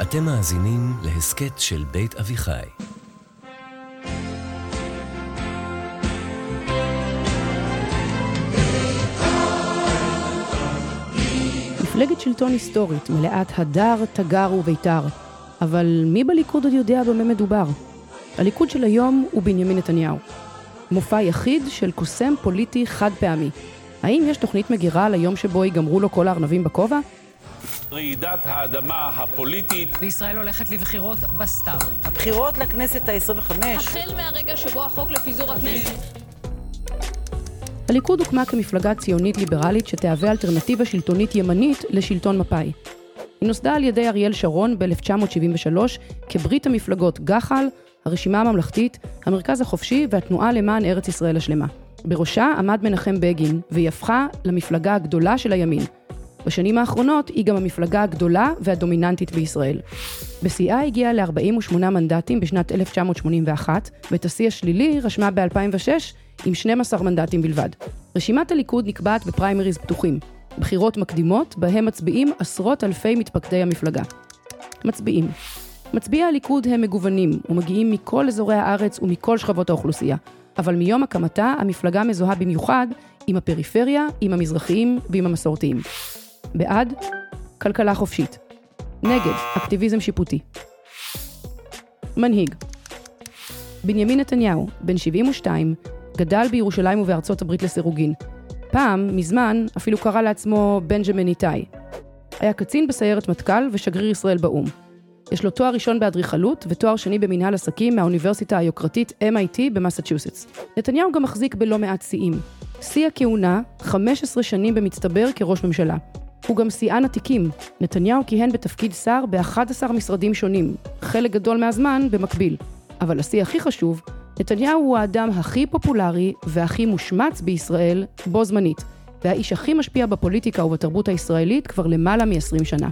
אתם מאזינים להסכת של בית אביחי. מפלגת שלטון היסטורית, מלאת הדר, תגר וביתר. אבל מי בליכוד עוד יודע במה מדובר? הליכוד של היום הוא בנימין נתניהו. מופע יחיד של קוסם פוליטי חד פעמי. האם יש תוכנית מגירה ליום שבו ייגמרו לו כל הארנבים בכובע? רעידת האדמה הפוליטית. וישראל הולכת לבחירות בסתיו. הבחירות לכנסת ה-25. החל מהרגע שבו החוק לפיזור הכנסת. הליכוד הוקמה כמפלגה ציונית ליברלית שתהווה אלטרנטיבה שלטונית ימנית לשלטון מפא"י. היא נוסדה על ידי אריאל שרון ב-1973 כברית המפלגות גח"ל, הרשימה הממלכתית, המרכז החופשי והתנועה למען ארץ ישראל השלמה. בראשה עמד מנחם בגין, והיא הפכה למפלגה הגדולה של הימין. בשנים האחרונות היא גם המפלגה הגדולה והדומיננטית בישראל. בשיאה הגיעה ל-48 מנדטים בשנת 1981, ואת השיא השלילי רשמה ב-2006 עם 12 מנדטים בלבד. רשימת הליכוד נקבעת בפריימריז פתוחים, בחירות מקדימות בהם מצביעים עשרות אלפי מתפקדי המפלגה. מצביעי הליכוד הם מגוונים ומגיעים מכל אזורי הארץ ומכל שכבות האוכלוסייה, אבל מיום הקמתה המפלגה מזוהה במיוחד עם הפריפריה, עם המזרחיים ועם המסורתיים. בעד, כלכלה חופשית. נגד, אקטיביזם שיפוטי. מנהיג. בנימין נתניהו, בן 72, גדל בירושלים ובארצות הברית לסירוגין. פעם, מזמן, אפילו קרא לעצמו בנג'מין איתי. היה קצין בסיירת מטכ"ל ושגריר ישראל באום. יש לו תואר ראשון באדריכלות ותואר שני במנהל עסקים מהאוניברסיטה היוקרתית MIT במסצ'וסטס. נתניהו גם מחזיק בלא מעט שיאים. שיא הכהונה, 15 שנים במצטבר כראש ממשלה. הוא גם שיאן עתיקים. נתניהו כיהן בתפקיד שר ב-11 משרדים שונים, חלק גדול מהזמן במקביל. אבל השיא הכי חשוב, נתניהו הוא האדם הכי פופולרי והכי מושמץ בישראל בו זמנית, והאיש הכי משפיע בפוליטיקה ובתרבות הישראלית כבר למעלה מ-20 שנה.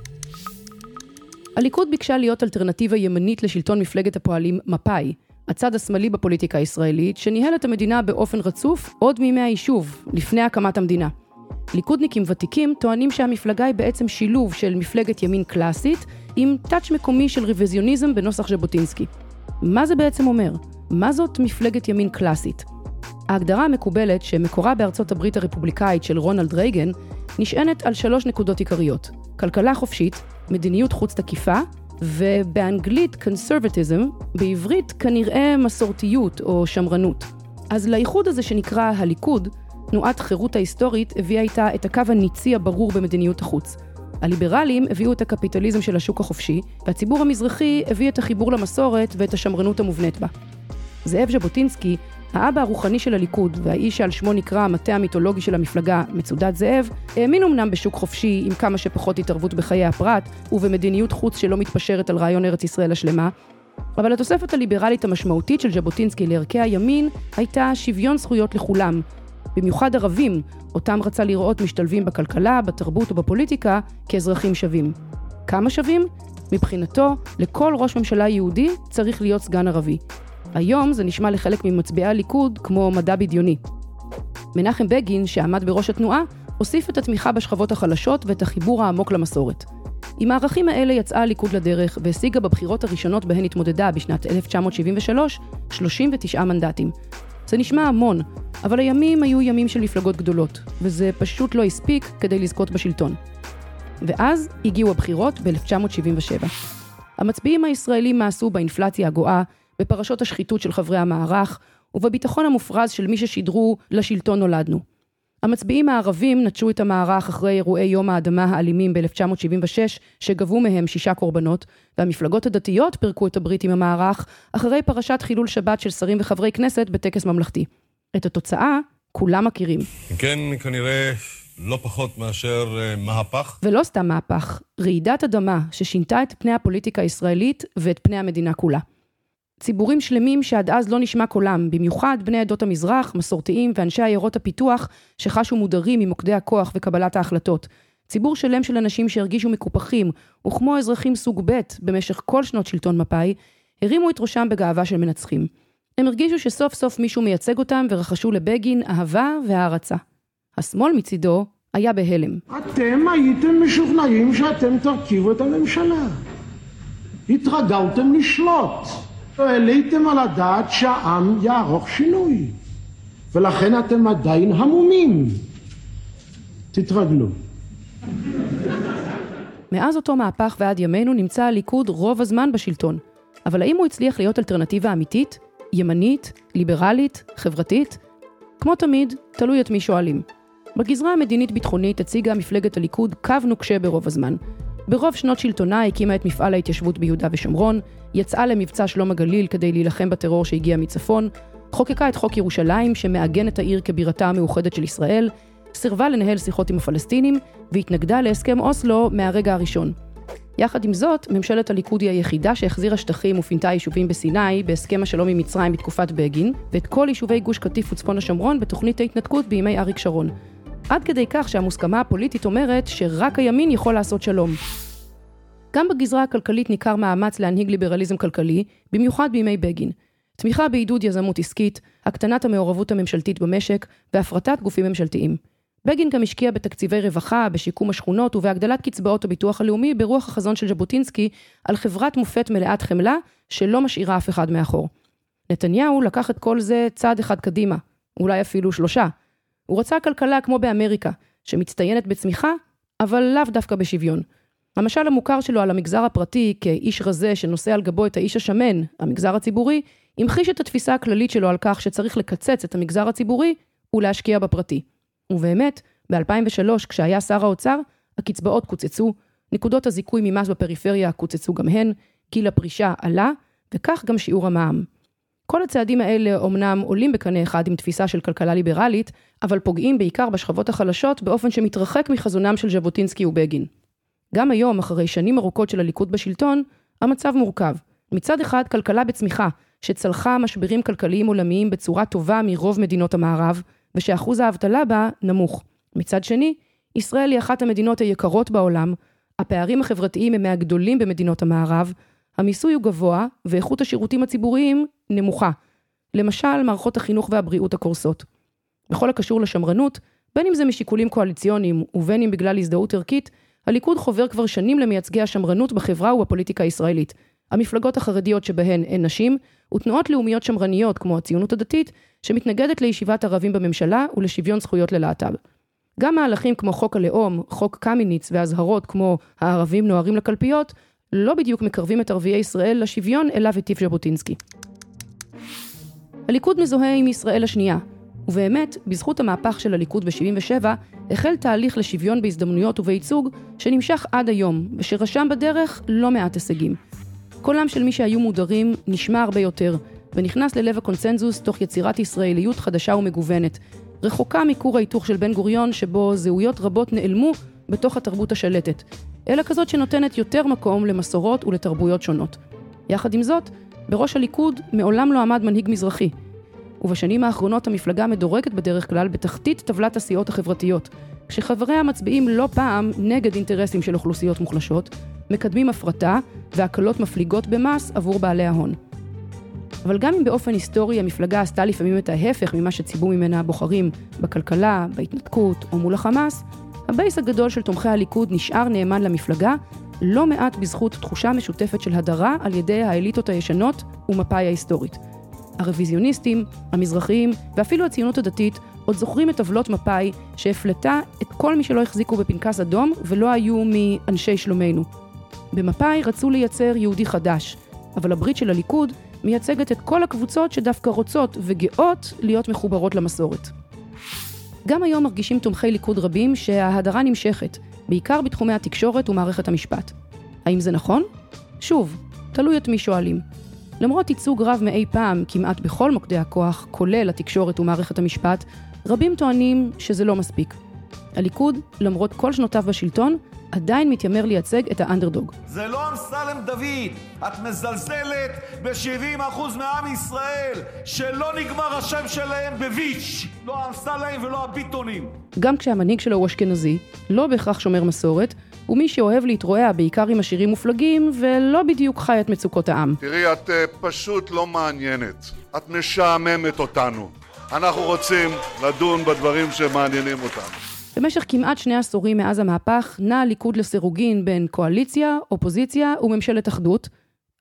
הליכוד ביקשה להיות אלטרנטיבה ימנית לשלטון מפלגת הפועלים מפא"י, הצד השמאלי בפוליטיקה הישראלית, שניהל את המדינה באופן רצוף עוד מימי היישוב, לפני הקמת המדינה. ליכודניקים ותיקים טוענים שהמפלגה היא בעצם שילוב של מפלגת ימין קלאסית, עם טאץ' מקומי של ריוויזיוניזם בנוסח ז'בוטינסקי. מה זה בעצם אומר? מה זאת מפלגת ימין קלאסית? ההגדרה המקובלת, שמקורה בארצות הברית הרפובליקאית של רונלד רייגן, נשענת על 3 נקודות עיקריות. כלכלה חופשית, מדיניות חוץ תקיפה, ובאנגלית קונסרבטיזם, בעברית כנראה מסורתיות או שמרנות. אז לאיחוד הזה שנקרא הליכוד, תנועת חירות ההיסטורית הביאה איתה את הקו הניצי הברור במדיניות החוץ. הליברלים הביאו את הקפיטליזם של השוק החופשי, והציבור המזרחי הביא את החיבור למסורת ואת השמרנות המובנית בה. זאב ז'בוטינסקי, האבא הרוחני של הליכוד והאיש שעל שמו נקרא המטה המיתולוגי של המפלגה, מצודת זאב, האמין אמנם בשוק חופשי עם כמה שפחות התערבות בחיי הפרט ובמדיניות חוץ שלא מתפשרת על רעיון ארץ ישראל השלמה, אבל התוספת הליברלית המשמעותית של ז'בוטינסקי לערכי הימין הייתה שוויון זכויות לכולם, במיוחד ערבים, אותם רצה לראות משתלבים בכלכלה, בתרבות ובפוליטיקה כאזרחים שווים. כמה שווים? מבחינתו, לכל ראש ממשלה יהודי צריך להיות סגן ערבי. היום זה נשמע לחלק ממצביעי הליכוד כמו מדע בדיוני. מנחם בגין, שעמד בראש התנועה, הוסיף את התמיכה בשכבות החלשות ואת החיבור העמוק למסורת. עם הערכים האלה יצאה הליכוד לדרך והשיגה בבחירות הראשונות בהן התמודדה בשנת 1973 39 מנדטים. זה נשמע המון, אבל הימים היו ימים של מפלגות גדולות, וזה פשוט לא הספיק כדי לזכות בשלטון. ואז הגיעו הבחירות ב-1977. המצביעים הישראלים מעשו באינפלציה הגואה, בפרשות השחיתות של חברי המערך, ובביטחון המופרז של מי ששידרו לשלטון נולדנו. המצביעים הערבים נטשו את המערך אחרי אירועי יום האדמה האלימים ב-1976, שגבו מהם 6 קורבנות, והמפלגות הדתיות פרקו את הברית עם המערך, אחרי פרשת חילול שבת של שרים וחברי כנסת בטקס ממלכתי. את התוצאה כולם מכירים. כן, כנראה לא פחות מאשר מהפך. ולא סתם מהפך, רעידת אדמה ששינתה את פני הפוליטיקה הישראלית ואת פני המדינה כולה. ציבורים שלמים שעד אז לא נשמע קולם, במיוחד בני עדות המזרח, מסורתיים ואנשי עיירות הפיתוח שחשו מודרים ממוקדי הכוח וקבלת ההחלטות. ציבור שלם של אנשים שהרגישו מקופחים, וכמו אזרחים סוג ב' במשך כל שנות שלטון מפא"י, הרימו את ראשם בגאווה של מנצחים. הם הרגישו שסוף סוף מישהו מייצג אותם ורחשו לבגין אהבה והערצה. השמאל מצידו היה בהלם. אתם הייתם משוכנעים שאתם תרכיבו את הממשלה. התרגלתם לשלוט. לא העליתם על הדעת שהעם יערוך שינוי. ולכן אתם עדיין המומים. תתרגלו. מאז אותו מהפך ועד ימינו נמצא הליכוד רוב הזמן בשלטון. אבל האם הוא הצליח להיות אלטרנטיבה אמיתית? ימנית? ליברלית? חברתית? כמו תמיד, תלוי את מי שואלים. בגזרה המדינית-ביטחונית הציגה מפלגת הליכוד קו נוקשה ברוב הזמן. ברוב שנות שלטונה הקימה את מפעל ההתיישבות ביהודה ושומרון, יצאה למבצע שלום הגליל כדי להילחם בטרור שהגיע מצפון, חוקקה את חוק ירושלים שמעגן את העיר כבירתה המאוחדת של ישראל, סירבה לנהל שיחות עם הפלסטינים והתנגדה להסכם אוסלו מהרגע הראשון. יחד עם זאת, ממשלת הליכוד היא היחידה שהחזירה שטחים ופינתה יישובים בסיני בהסכם השלום עם מצרים בתקופת בגין, ואת כל יישובי גוש קטיף וצפון השומרון בתוכנית ההתנתקות בימי אריק שרון. עד כדי כך שהמוסכמה הפוליטית אומרת שרק הימין יכול לעשות שלום. גם בגזרה הכלכלית ניכר מאמץ להנהיג ליברליזם כלכלי, במיוחד בימי בגין. תמיכה בעידוד יזמות עסקית, הקטנת המעורבות הממשלתית במשק והפרטת גופים ממשלתיים. בגין גם השקיע בתקציבי רווחה, בשיקום השכונות ובהגדלת קצבאות הביטוח הלאומי ברוח החזון של ז'בוטינסקי על חברת מופת מלאת חמלה שלא משאירה אף אחד מאחור. נתניהו לקח את כל זה צעד אחד קדימה, אולי אפילו 3. הוא רצה כלכלה כמו באמריקה, שמצטיינת בצמיחה, אבל לאו דווקא בשוויון. המשל המוכר שלו על המגזר הפרטי כאיש רזה שנושא על גבו את האיש השמן, המגזר הציבורי, המחיש את התפיסה הכללית שלו על כך שצריך לקצץ את המגזר הציבורי ולהשקיע בפרטי. ובאמת, ב-2003, כשהיה שר האוצר, הקצבאות קוצצו, נקודות הזיכוי ממס בפריפריה קוצצו גם הן, גיל הפרישה עלה, וכך גם שיעור המע"מ. כל הצעדים האלה אומנם עולים בקנה אחד עם תפיסה של כלכלה ליברלית, אבל פוגעים בעיקר בשכבות החלשות באופן שמתרחק מחזונם של ז'בוטינסקי ובגין. גם היום, אחרי שנים ארוכות של הליכוד בשלטון, המצב מורכב. מצד אחד, כלכלה בצמיחה, שצלחה משברים כלכליים עולמיים בצורה טובה מרוב מדינות המערב, ושאחוז האבטלה בה נמוך. מצד שני, ישראל היא אחת המדינות היקרות בעולם, הפערים החברתיים הם מהגדולים במדינות המערב, המיסוי הוא גבוה, ואיכות השירותים הציבוריים נמוכה. למשל, מערכות החינוך והבריאות הקורסות. בכל הקשור לשמרנות, בין אם זה משיקולים קואליציוניים, ובין אם בגלל הזדהות ערכית, הליכוד חובר כבר שנים למייצגי השמרנות בחברה ובפוליטיקה הישראלית. המפלגות החרדיות שבהן אין נשים, ותנועות לאומיות שמרניות כמו הציונות הדתית, שמתנגדת לישיבת ערבים בממשלה ולשוויון זכויות ללהט"ב. גם מהלכים כמו חוק הלאום, חוק קמיניץ והזהרות כמו הערבים נוהרים לקלפיות, לא בדיוק מקרבים את ערביי ישראל לשוויון אליו הטיף ז'בוטינסקי. הליכוד מזוהה עם ישראל השנייה, ובאמת, בזכות המהפך של הליכוד ב-77, החל תהליך לשוויון בהזדמנויות ובייצוג שנמשך עד היום, ושרשם בדרך לא מעט הישגים. קולם של מי שהיו מודרים נשמע הרבה יותר, ונכנס ללב הקונצנזוס תוך יצירת ישראליות חדשה ומגוונת, רחוקה מכור ההיתוך של בן גוריון שבו זהויות רבות נעלמו בתוך התרבות השלטת, אלא כזאת שנותנת יותר מקום למסורות ולתרבויות שונות. יחד עם זאת, בראש הליכוד מעולם לא עמד מנהיג מזרחי, ובשנים האחרונות המפלגה מדורגת בדרך כלל בתחתית טבלת הסיעות החברתיות, כשחבריה מצביעים לא פעם נגד אינטרסים של אוכלוסיות מוחלשות, מקדמים הפרטה והקלות מפליגות במס עבור בעלי ההון. אבל גם אם באופן היסטורי המפלגה עשתה לפעמים את ההפך ממה שציבו ממנה הבוחרים בכלכלה, בהתנתקות או מול החמאס, הבייס הגדול של תומכי הליכוד נשאר נאמן למפלגה, לא מעט בזכות תחושה משותפת של הדרה על ידי האליטות הישנות ומפאי ההיסטורית. הרוויזיוניסטים, המזרחיים ואפילו הציונות הדתית עוד זוכרים את עוולות מפאי שהפלטה את כל מי שלא החזיקו בפנקס אדום ולא היו מאנשי שלומנו. במפאי רצו לייצר יהודי חדש, אבל הברית של הליכוד מייצגת את כל הקבוצות שדווקא רוצות וגאות להיות מחוברות למסורת. גם היום מרגישים תומכי ליכוד רבים שההדרה נמשכת, בעיקר בתחומי התקשורת ומערכת המשפט. האם זה נכון? שוב, תלוי את מי שואלים. למרות ייצוג רב מאי פעם כמעט בכל מוקדי הכוח, כולל התקשורת ומערכת המשפט, רבים טוענים שזה לא מספיק. הליכוד, למרות כל שנותיו בשלטון, עדיין מתיימר לייצג את האנדרדוג. זה לא אמסלם דוד, את מזלזלת ב-70% מעם ישראל, שלא נגמר השם שלהם בביץ', לא אמסלם ולא הביטונים. גם כשהמנהיג שלו הוא אשכנזי, לא בהכרח שומר מסורת, ומי שאוהב להתרועע בעיקר עם השירים מופלגים, ולא בדיוק חי את מצוקות העם. תראי, את פשוט לא מעניינת, את משעממת אותנו. אנחנו רוצים לדון בדברים שמעניינים אותנו. במשך כמעט 2 עשורים מאז המהפך, נע הליכוד לסירוגין בין קואליציה, אופוזיציה וממשלת אחדות,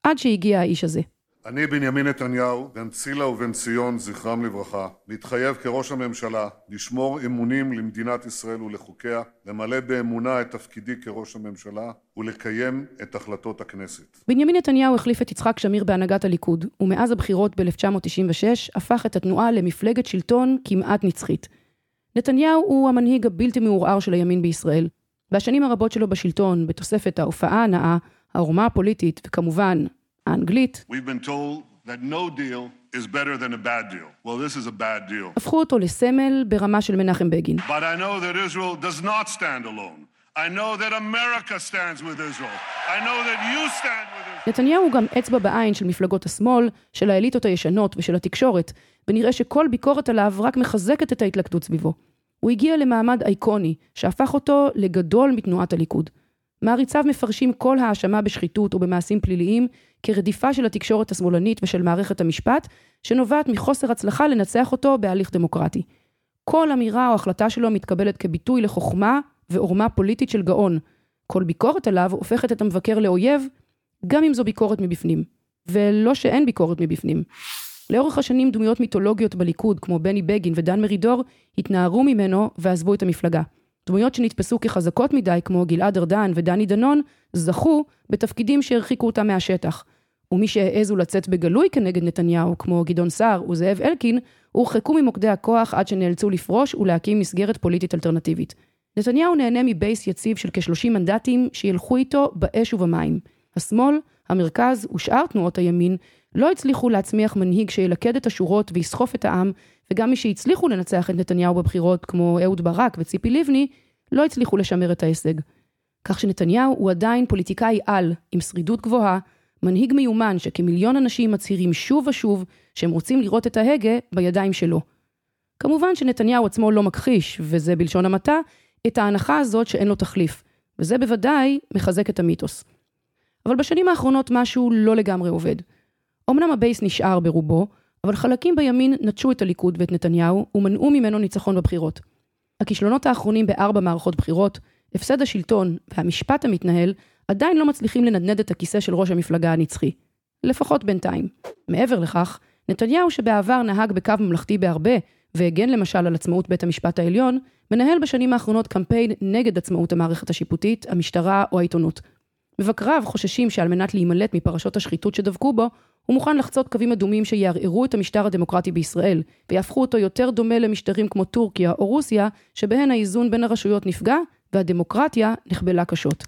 עד שהגיע האיש הזה. אני בנימין נתניהו, בן צילה ובן ציון, זכרם לברכה, מתחייב כראש הממשלה לשמור אמונים למדינת ישראל ולחוקיה, למלא באמונה את תפקידי כראש הממשלה ולקיים את החלטות הכנסת. בנימין נתניהו החליף את יצחק שמיר בהנהגת הליכוד, ומאז הבחירות ב-1996 הפך את התנועה למפלגת שלטון כמעט נצחית. נתניהו הוא המנהיג הבלתי מעורער של הימין בישראל. בשנים הרבות שלו בשלטון, בתוספת ההופעה הנאה, העורמה הפוליטית וכמובן האנגלית, We've been told that no deal is better than a bad deal. Well, this is a bad deal. הפכו אותו לסמל ברמה של מנחם בגין. But I know that Israel does not stand alone. I know that America stands with Israel. I know that you stand with Israel. נתניהו הוא גם אצבע בעין של מפלגות השמאל, של האליטות הישנות ושל התקשורת, ונראה שכל ביקורת עליו רק מחזקת את ההתלכדות סביבו. הוא הגיע למעמד אייקוני, שהפך אותו לגדול מתנועת הליכוד. מעריציו מפרשים כל האשמה בשחיתות ובמעשים פליליים כרדיפה של התקשורת השמאלנית ושל מערכת המשפט, שנובעת מחוסר הצלחה לנצח אותו בהליך דמוקרטי. כל אמירה או החלטה שלו מתקבלת כביטוי לחוכמה ועורמה פוליטית של גאון. כל ביקורת עליו הופכת את המבקר לאויב, גם אם זו ביקורת מבפנים. ולא שאין ביקורת מבפנים. לאורך השנים דמויות מיתולוגיות בליכוד, כמו בני בגין ודן מרידור, התנערו ממנו ועזבו את המפלגה. דמויות שנתפסו כחזקות מדי, כמו גלעד ארדן ודני דנון, זכו בתפקידים שהרחיקו אותם מהשטח. ומי שהעזו לצאת בגלוי כנגד נתניהו, כמו גדעון סער וזאב אלקין, הורחקו ממוקדי הכוח עד שנאלצו לפרוש ולהקים מסגרת פוליטית אלטרנטיבית. נתניהו נהנה מבייס יציב של כ-30 מנדטים שילכו איתו באש ובמים. השמאל, המרכז ושאר תנועות הימין לא הצליחו להצמיח מנהיג שילכד את השורות ויסחוף את העם, וגם מי שהצליחו לנצח את נתניהו בבחירות, כמו אהוד ברק וציפי לבני, לא הצליחו לשמר את ההישג. כך שנתניהו הוא עדיין פוליטיקאי על, עם שרידות גבוהה, מנהיג מיומן שכמיליון אנשים מצהירים שוב ושוב שהם רוצים לראות את ההגה בידיים שלו. כמובן שנתניהו עצמו לא מכחיש, וזה בלשון המעטה, את ההנחה הזאת שאין לו תחליף, וזה בוודאי מחזק את המיתוס. אבל בשנים האחרונות משהו לא לגמרי עובד. אמנם הבייס נשאר ברובו, אבל חלקים בימין נטשו את הליכוד ואת נתניהו ומנעו ממנו ניצחון בבחירות. הכישלונות האחרונים ב4 מערכות בחירות, הפסד השלטון והמשפט המתנהל, עדיין לא מצליחים לנדנד את הכיסא של ראש המפלגה הנצחי. לפחות בינתיים. מעבר לכך, נתניהו שבעבר נהג בקו ממלכתי בהרבה, והגן למשל על עצמאות בית המשפט העליון, מנהל בשנים האחרונות קמפיין נגד עצמאות המערכת השיפוטית, המשטרה או העיתונות. מבקריו חוששים שעל מנת להימלט מפרשות השחיתות שדבקו בו, הוא מוכן לחצות קווים אדומים שיערערו את המשטר הדמוקרטי בישראל, ויהפכו אותו יותר דומה למשטרים כמו טורקיה או רוסיה, שבהן האיזון בין הרשויות נפגע, והדמוקרטיה נחבלה קשות.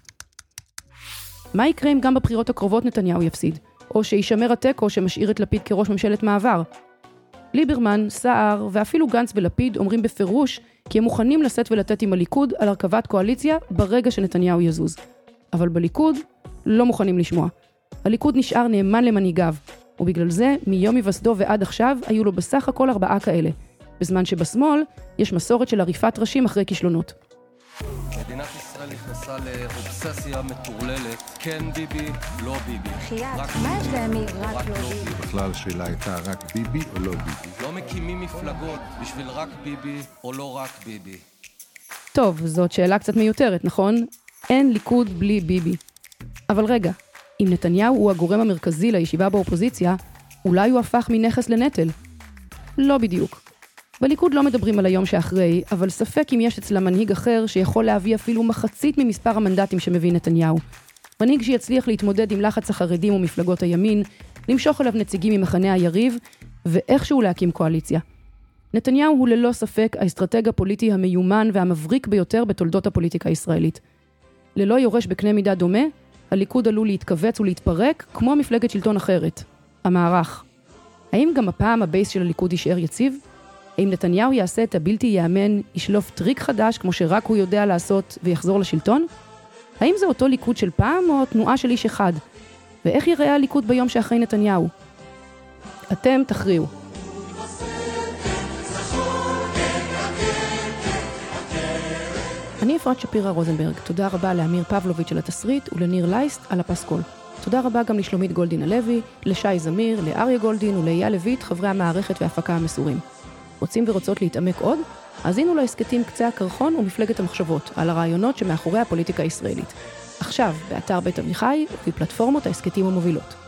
מה יקרה אם גם בבחירות הקרובות נתניהו יפסיד? או שישמר התיקו שמשאיר את לפיד כראש ממשלת מעבר? ליברמן, סער ואפילו גנץ ולפיד אומרים בפירוש כי הם מוכנים לשאת ולתת עם הליכוד על הרכבת קואליציה ברגע שנתניהו יזוז. אבל בליכוד לא מוכנים לשמוע. הליכוד נשאר נאמן למנהיגיו, ובגלל זה מיום היווסדו ועד עכשיו היו לו בסך הכל 4 כאלה, בזמן שבשמאל יש מסורת של עריפת ראשים אחרי כישלונות. מדינת ישראל נכנסה לאובססיה מטורללת, כן ביבי, לא ביבי. מה יש להם רק לא ביבי? בכלל השאלה הייתה רק ביבי או לא ביבי. לא מקימים מפלגות בשביל רק ביבי או לא רק ביבי. טוב, זאת שאלה קצת מיותרת, נכון? אין ליכוד בלי ביבי. אבל רגע, אם נתניהו הוא הגורם המרכזי לישיבה באופוזיציה, אולי הוא הפך מנכס לנטל? לא בדיוק. בליכוד לא מדברים על היום שאחרי, אבל ספק אם יש אצלה מנהיג אחר שיכול להביא אפילו מחצית ממספר המנדטים שמביא נתניהו. מנהיג שיצליח להתמודד עם לחץ החרדים ומפלגות הימין, למשוך אליו נציגים ממחנה היריב, ואיכשהו להקים קואליציה. נתניהו הוא ללא ספק האסטרטג הפוליטי המיומן והמבריק ביותר בתולדות הפוליטיקה הישראלית. ללא יורש בקנה מידה דומה, הליכוד עלול להתכווץ ולהתפרק כמו מפלגת שלטון אחרת, המערך. האם גם הפעם הבייס של הליכוד יישאר יציב? האם נתניהו יעשה את הבלתי יאמן, ישלוף טריק חדש כמו שרק הוא יודע לעשות ויחזור לשלטון? האם זה אותו ליכוד של פעם או תנועה של איש אחד? ואיך ייראה הליכוד ביום שאחרי נתניהו? אתם תכריעו. אני אפרת שפירה רוזנברג, תודה רבה לאמיר פבלוביץ' על התסריט ולניר לייסט על הפסקול. תודה רבה גם לשלומית גולדין הלוי, לשי זמיר, לאריה גולדין ולאיה לויט, חברי המערכת וההפקה המסורים. רוצים ורוצות להתעמק עוד? האזינו להסכתים קצה הקרחון ומפלגת המחשבות, על הרעיונות שמאחורי הפוליטיקה הישראלית. עכשיו, באתר בית אביחי ובפלטפורמות ההסכתים המובילות.